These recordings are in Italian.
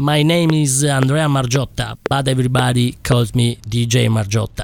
My name is Andrea Margiotta, but everybody calls me DJ Margiotta.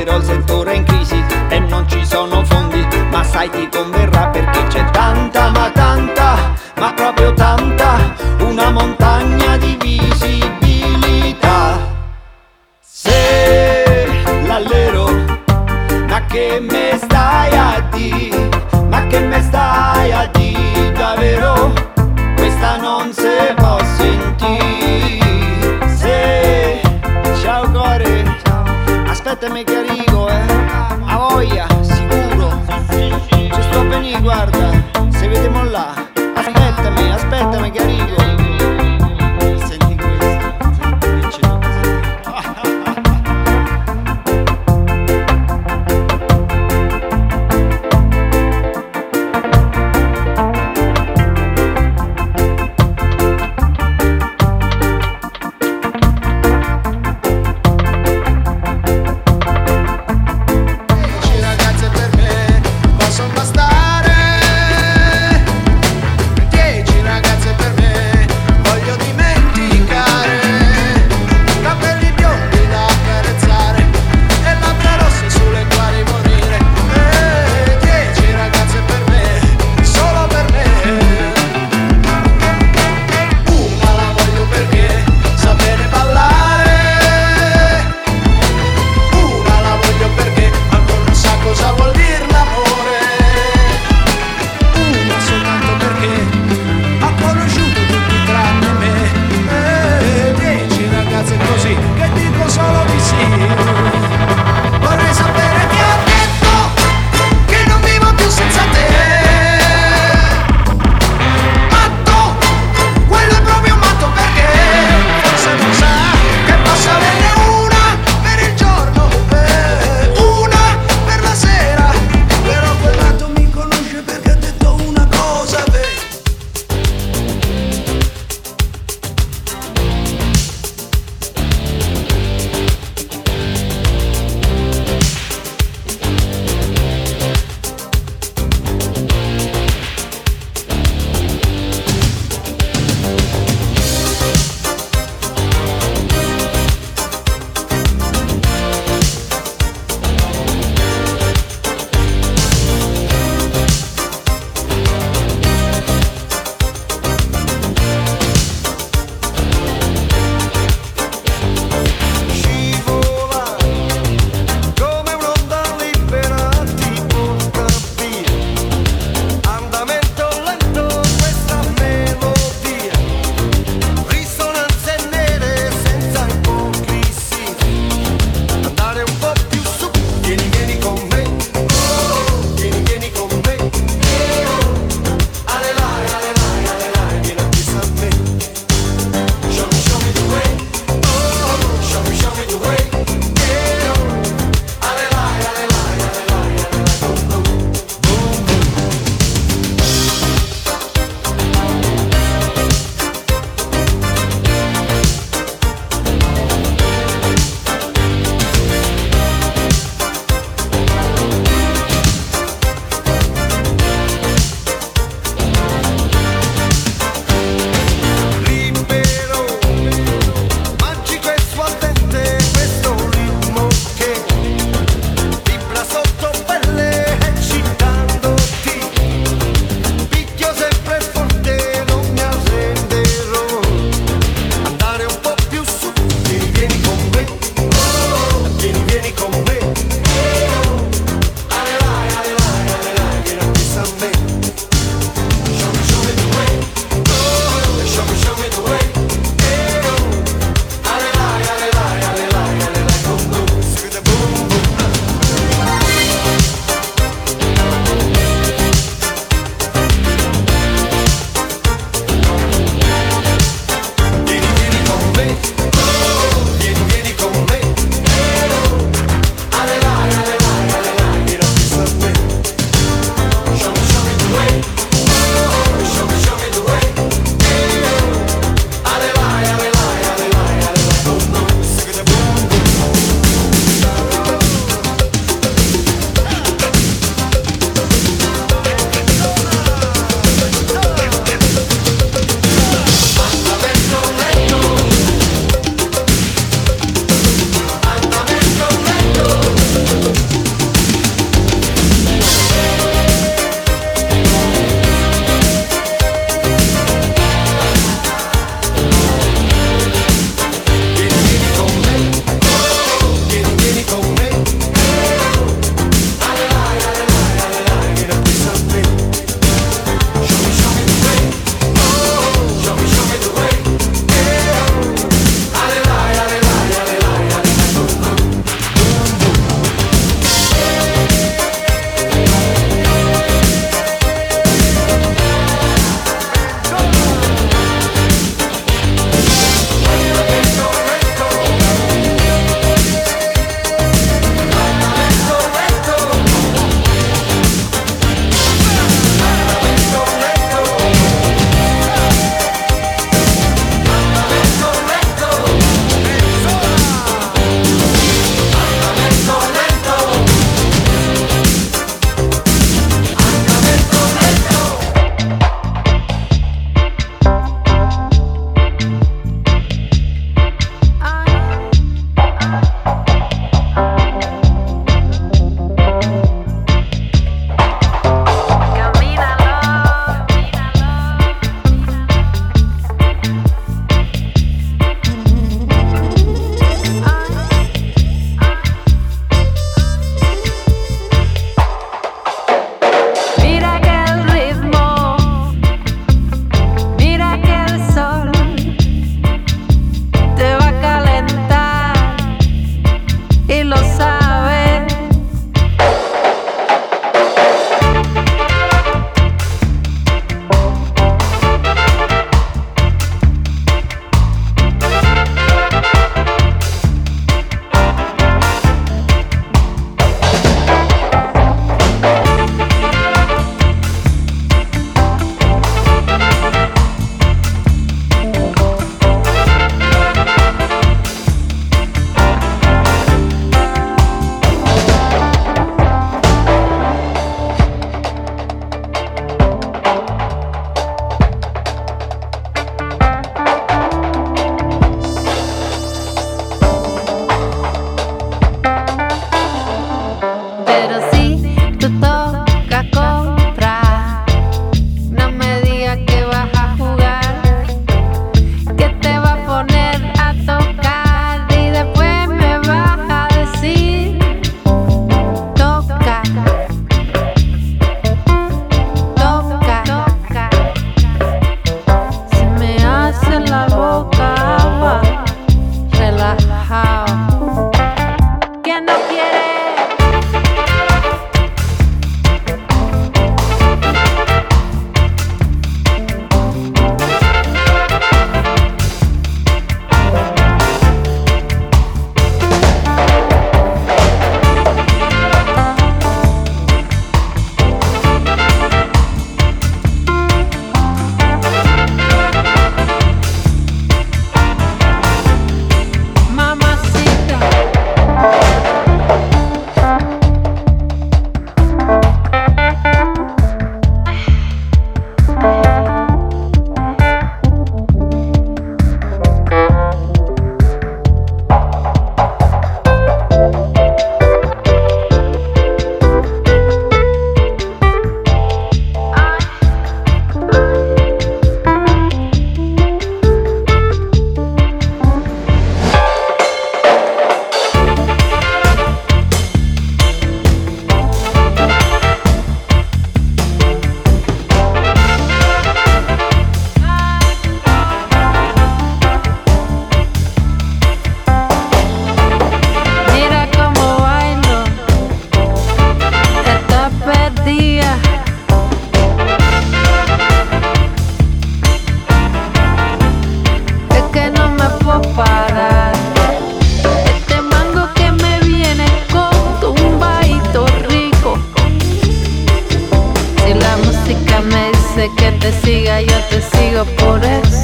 però il settore è in crisi e non ci sono fondi, ma sai ti converrà perché c'è tanta, ma tanta, ma proprio tanta, una montagna di visibilità. Se l'allero, ma che me stai a di, ma che me stai a di, davvero questa non se può sentire. Se, ciao core, aspettami che arrivo, a voglia, sicuro, ci sto a venire, guarda, se vediamo là, aspettami che arrivo. Senti questo, senti che ci tocca sentire.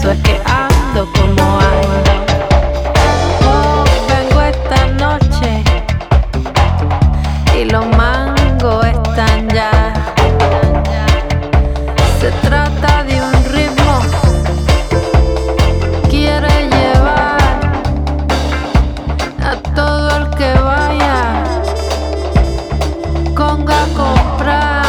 es que ando como ando. Oh, vengo esta noche y los mangos están ya. Se trata de un ritmo, quiere llevar a todo el que vaya conga a comprar.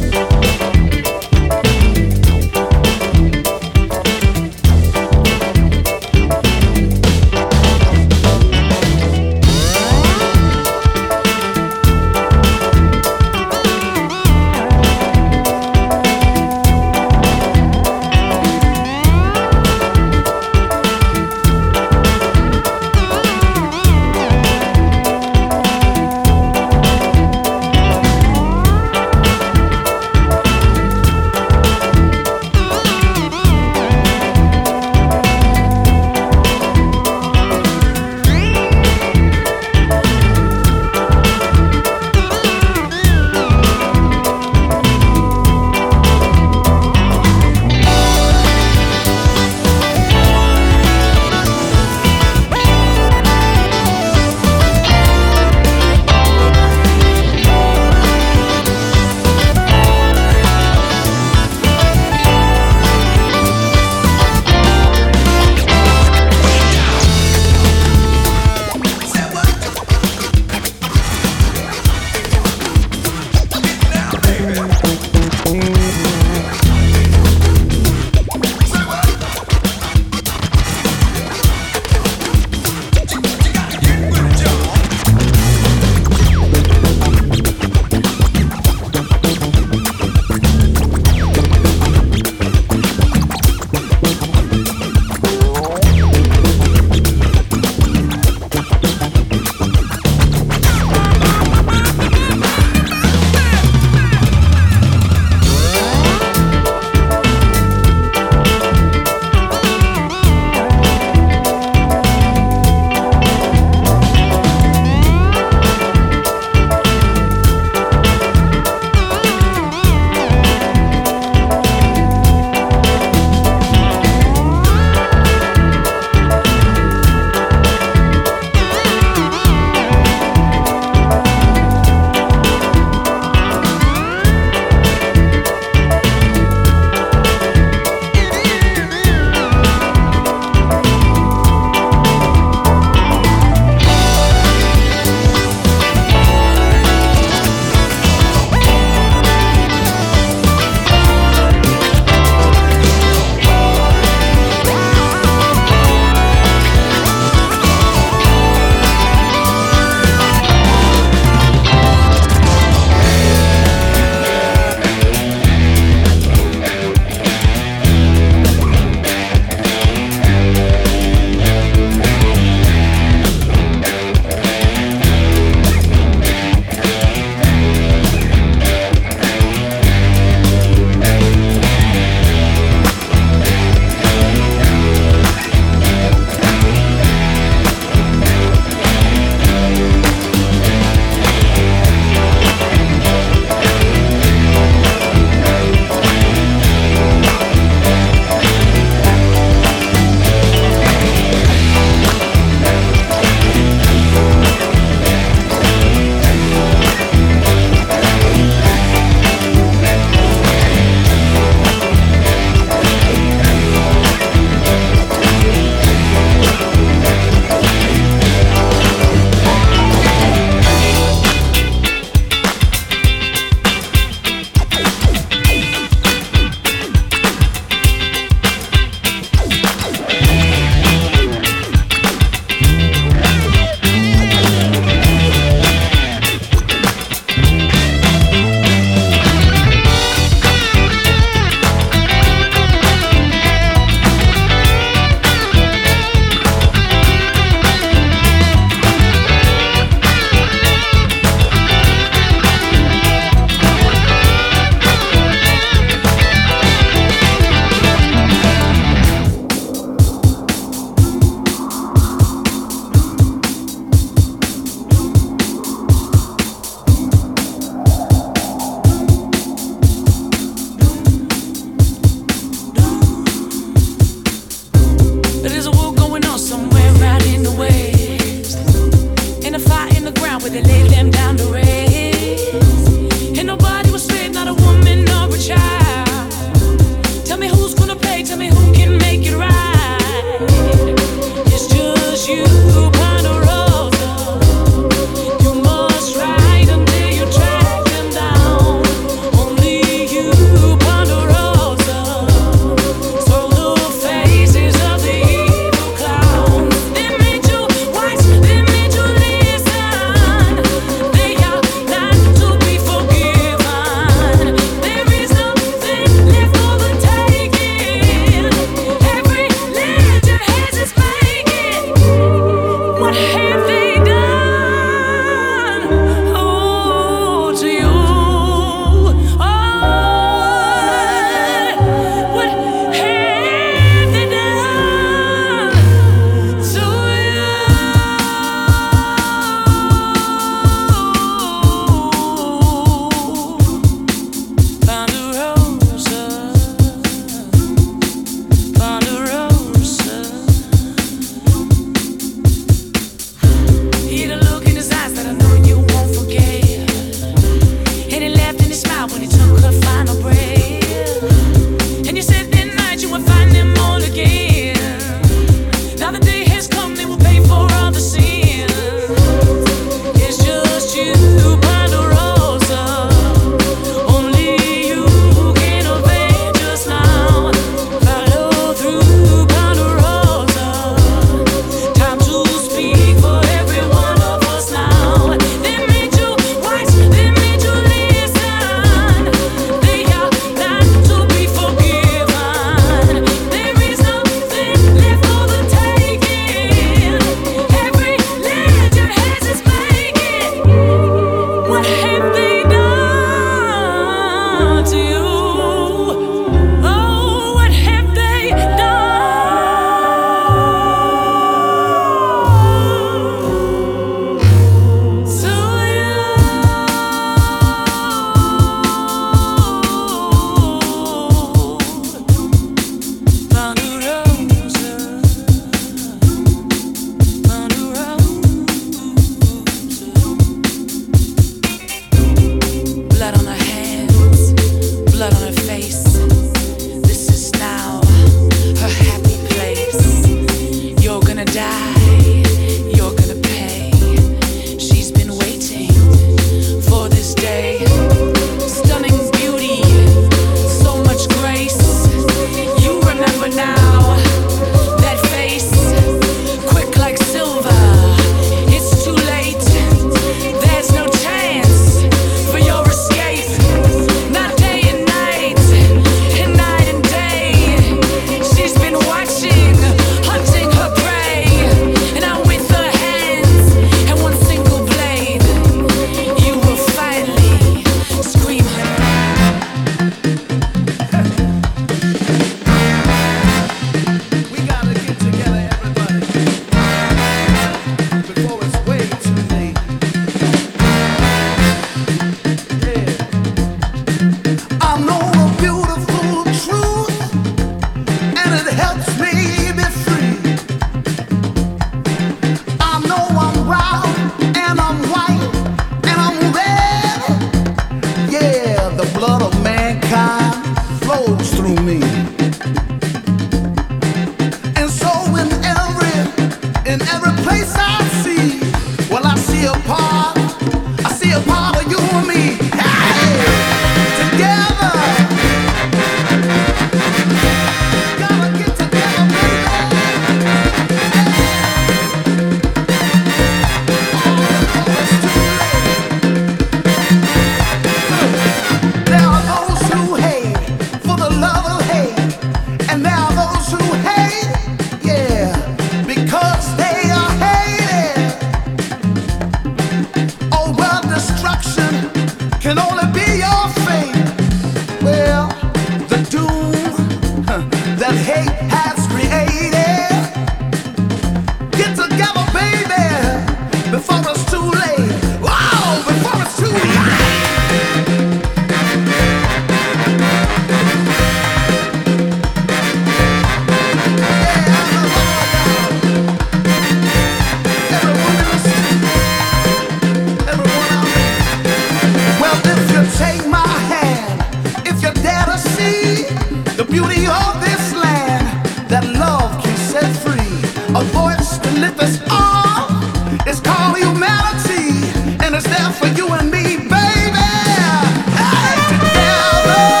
of this land that love can set free. A voice to lift us all. It's called humanity, and it's there for you and me, baby. Hey, together.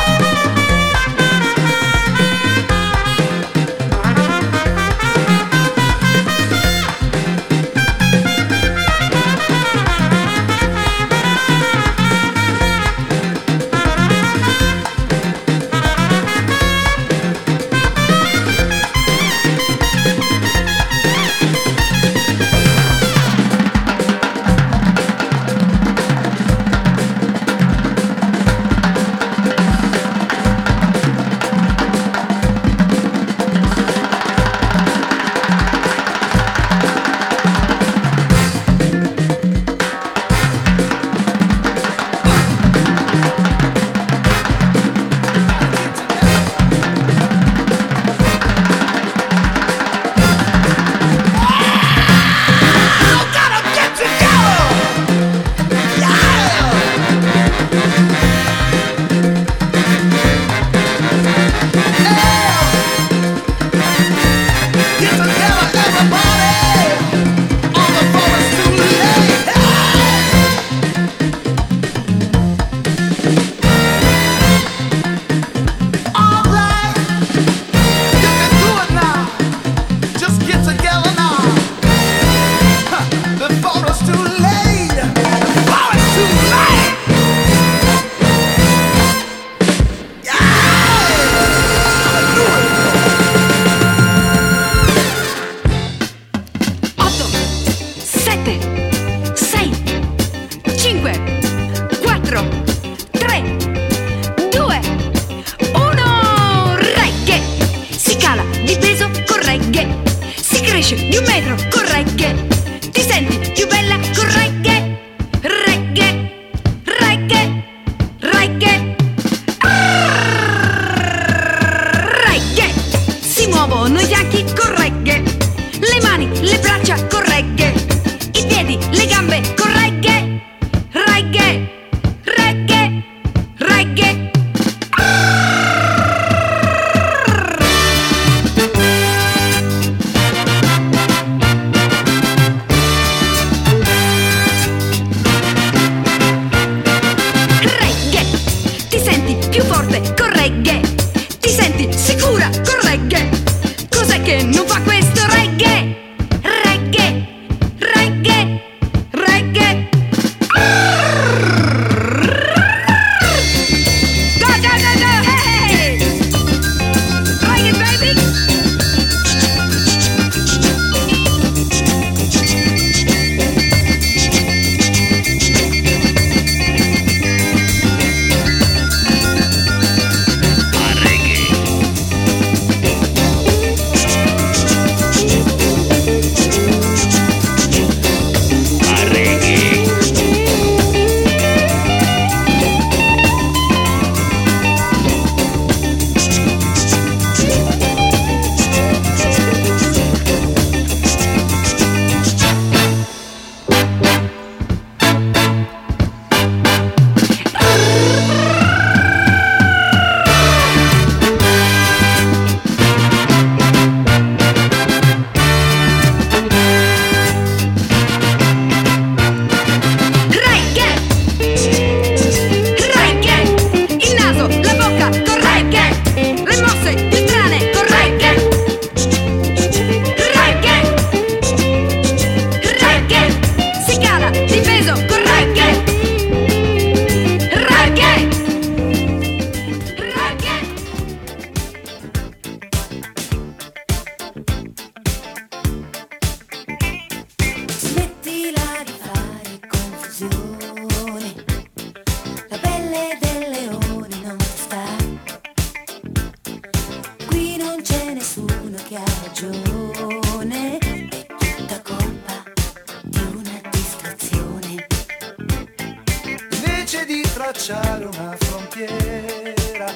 tracciare una frontiera,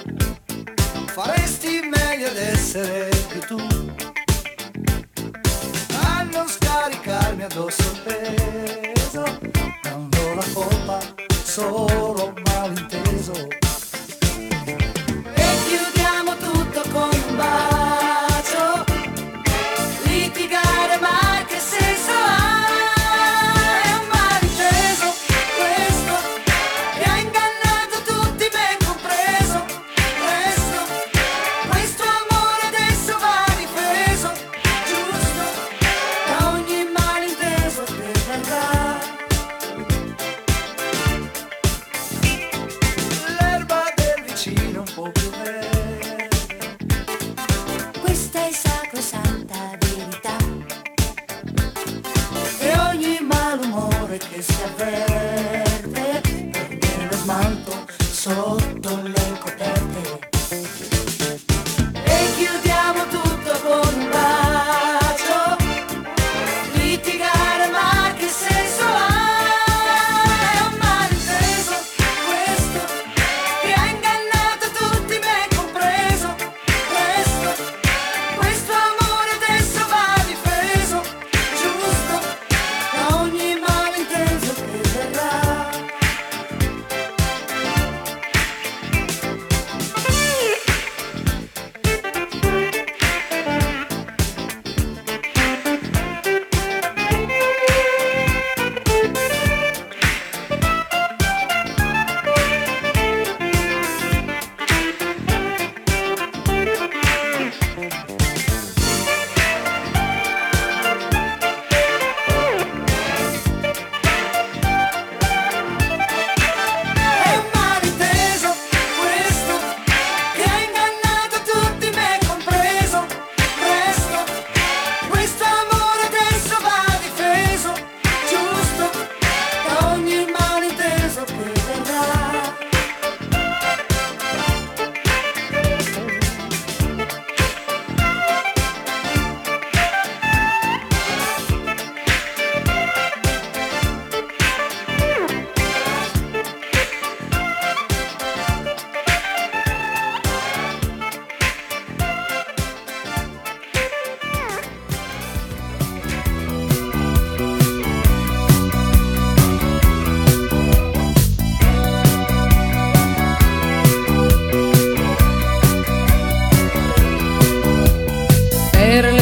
faresti meglio ad essere più tu, a non scaricarmi addosso il peso, dando la colpa solo malinteso. E chiudiamo tutto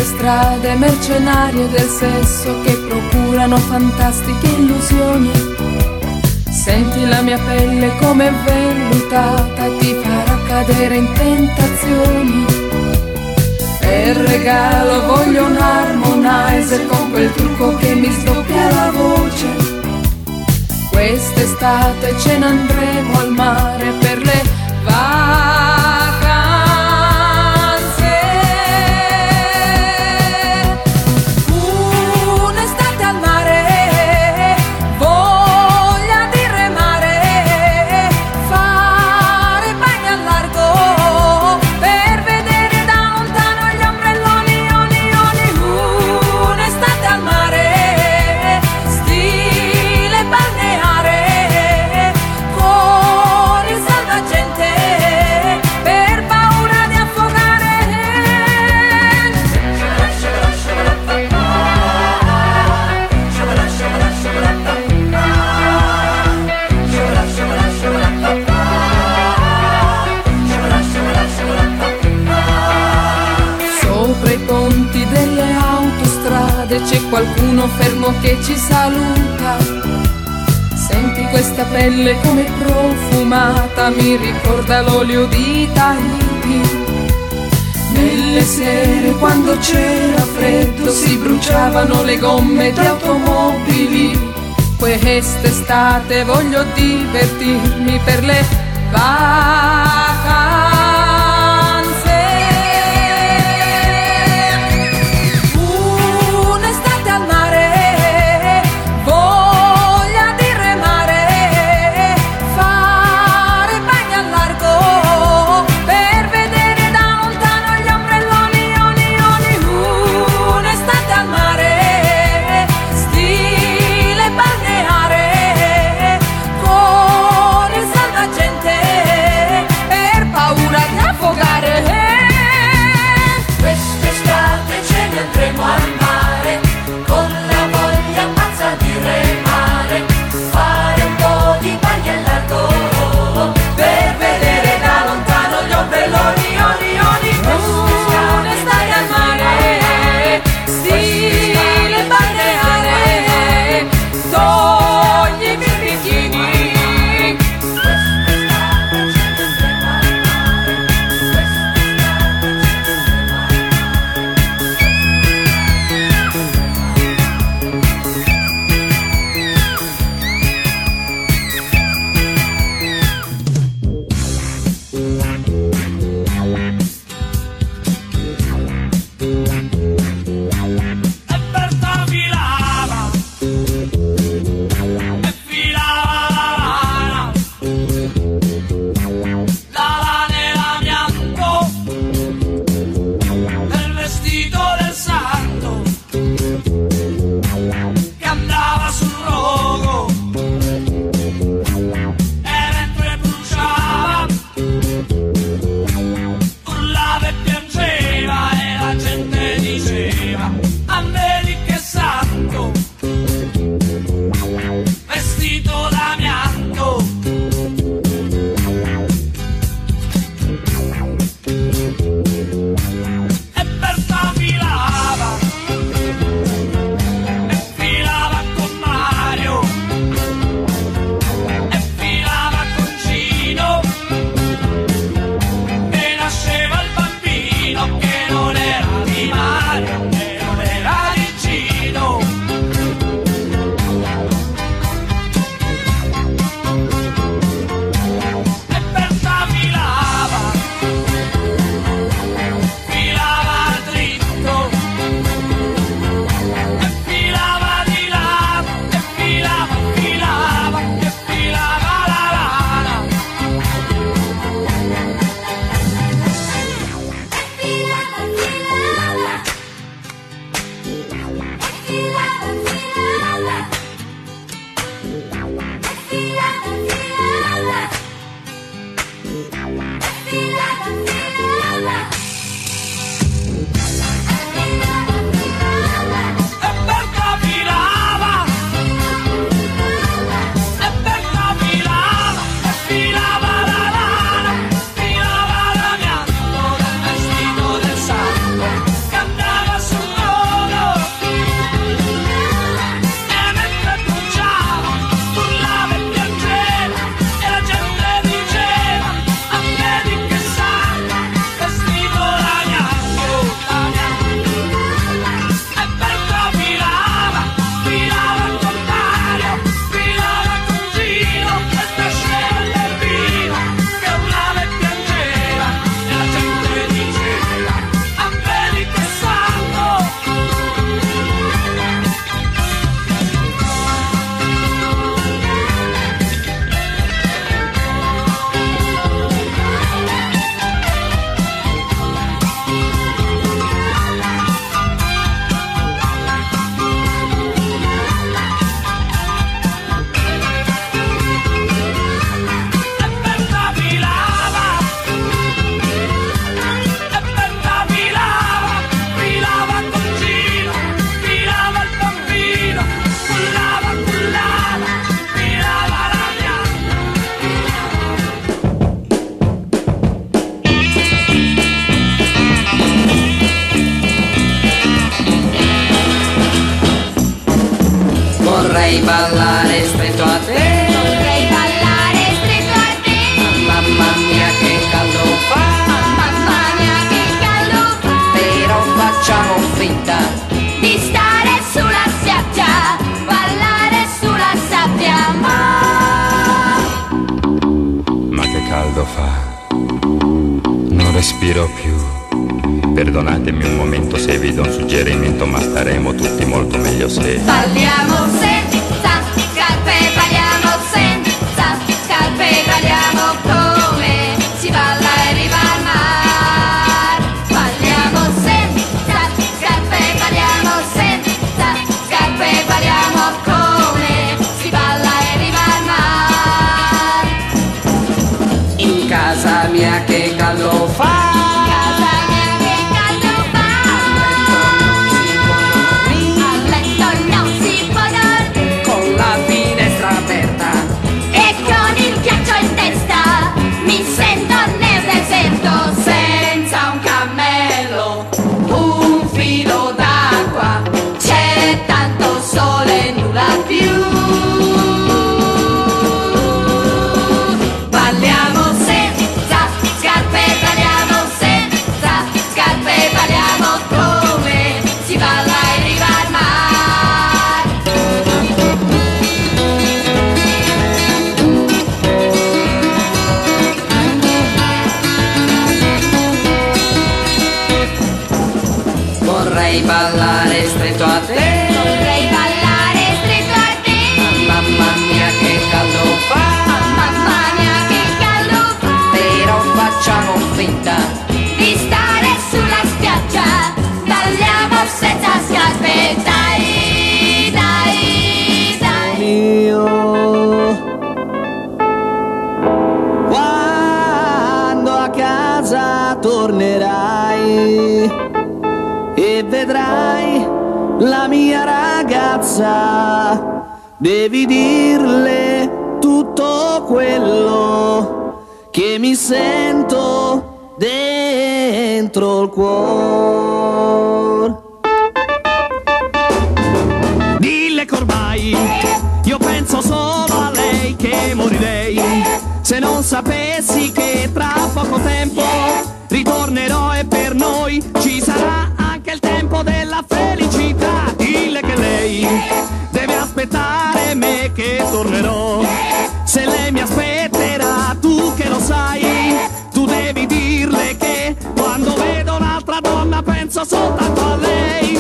strade mercenarie del sesso che procurano fantastiche illusioni. Senti la mia pelle come vellutata, ti farà cadere in tentazioni. Per regalo voglio un harmonizer con quel trucco che mi sdoppia la voce. Quest'estate ce ne andremo al mare per le vacanze. Un'estate al mare, voglia di remare, fare bagni al largo per vedere da lontano gli ombrelloni, oni, oni. Un'estate al mare, stile balneare, con il salvagente per paura di affogare. Sopra i ponti delle autostrade c'è qualcuno fermo che ci saluta. Senti questa pelle come profumata, mi ricorda l'olio di Tahiti. Nelle sere quando c'era freddo si bruciavano le gomme di automobili. Quest'estate voglio divertirmi per le vacanze. Un'estate al mare, voglia di remare, fare bagni al largo per vedere da lontano gli ombrelloni, oni, oni. Un'estate al mare, stile balneare, con il salvagente per paura Vorrei ballare stretto a te. Vorrei ballare stretto a te. Mamma mia che caldo fa. Mamma mia che caldo fa. Però facciamo finta Di stare sulla spiaggia, ballare sulla sabbia. Ma che caldo fa, non respiro più. Perdonatemi un momento se vi do un suggerimento, ma staremo tutti molto meglio se Balliamo senza scarpe, balliamo senza scarpe, balliamo come si balla in riva al mar. Balliamo senza scarpe, balliamo senza scarpe, balliamo come si balla in riva al mar. in casa mia che caldo fa. Vorrei ballare stretto a te. Vorrei ballare stretto a te. Mamma mia che caldo fa. Mamma mia che caldo fa. Però facciamo finta Di stare sulla spiaggia, balliamo senza scarpe. Dai, dai, dai. Mio, quando a casa tornerai e vedrai la mia ragazza, devi dirle tutto quello che mi sento dentro il cuore. Dille che ormai io penso solo a lei, che morirei se non sapessi che tra poco tempo ritornerò e per noi ci sarà anche il tempo della felicità. Dille che lei deve aspettare me che tornerò. Se lei mi aspetterà, tu che lo sai, tu devi dirle che quando vedo un'altra donna penso soltanto a lei.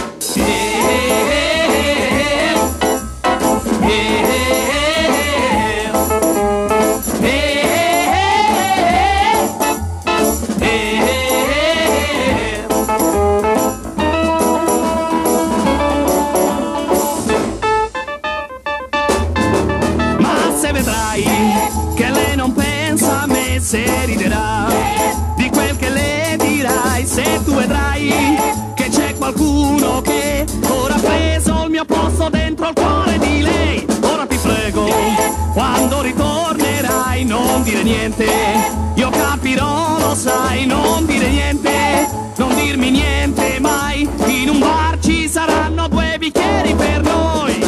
Che lei non pensa a me, se riderà di quel che le dirai, se tu vedrai che c'è qualcuno che ora ha preso il mio posto dentro il cuore di lei. Ora ti prego, quando ritornerai non dire niente, io capirò, lo sai, non dire niente, non dirmi niente mai. In un bar ci saranno 2 bicchieri per noi.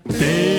Te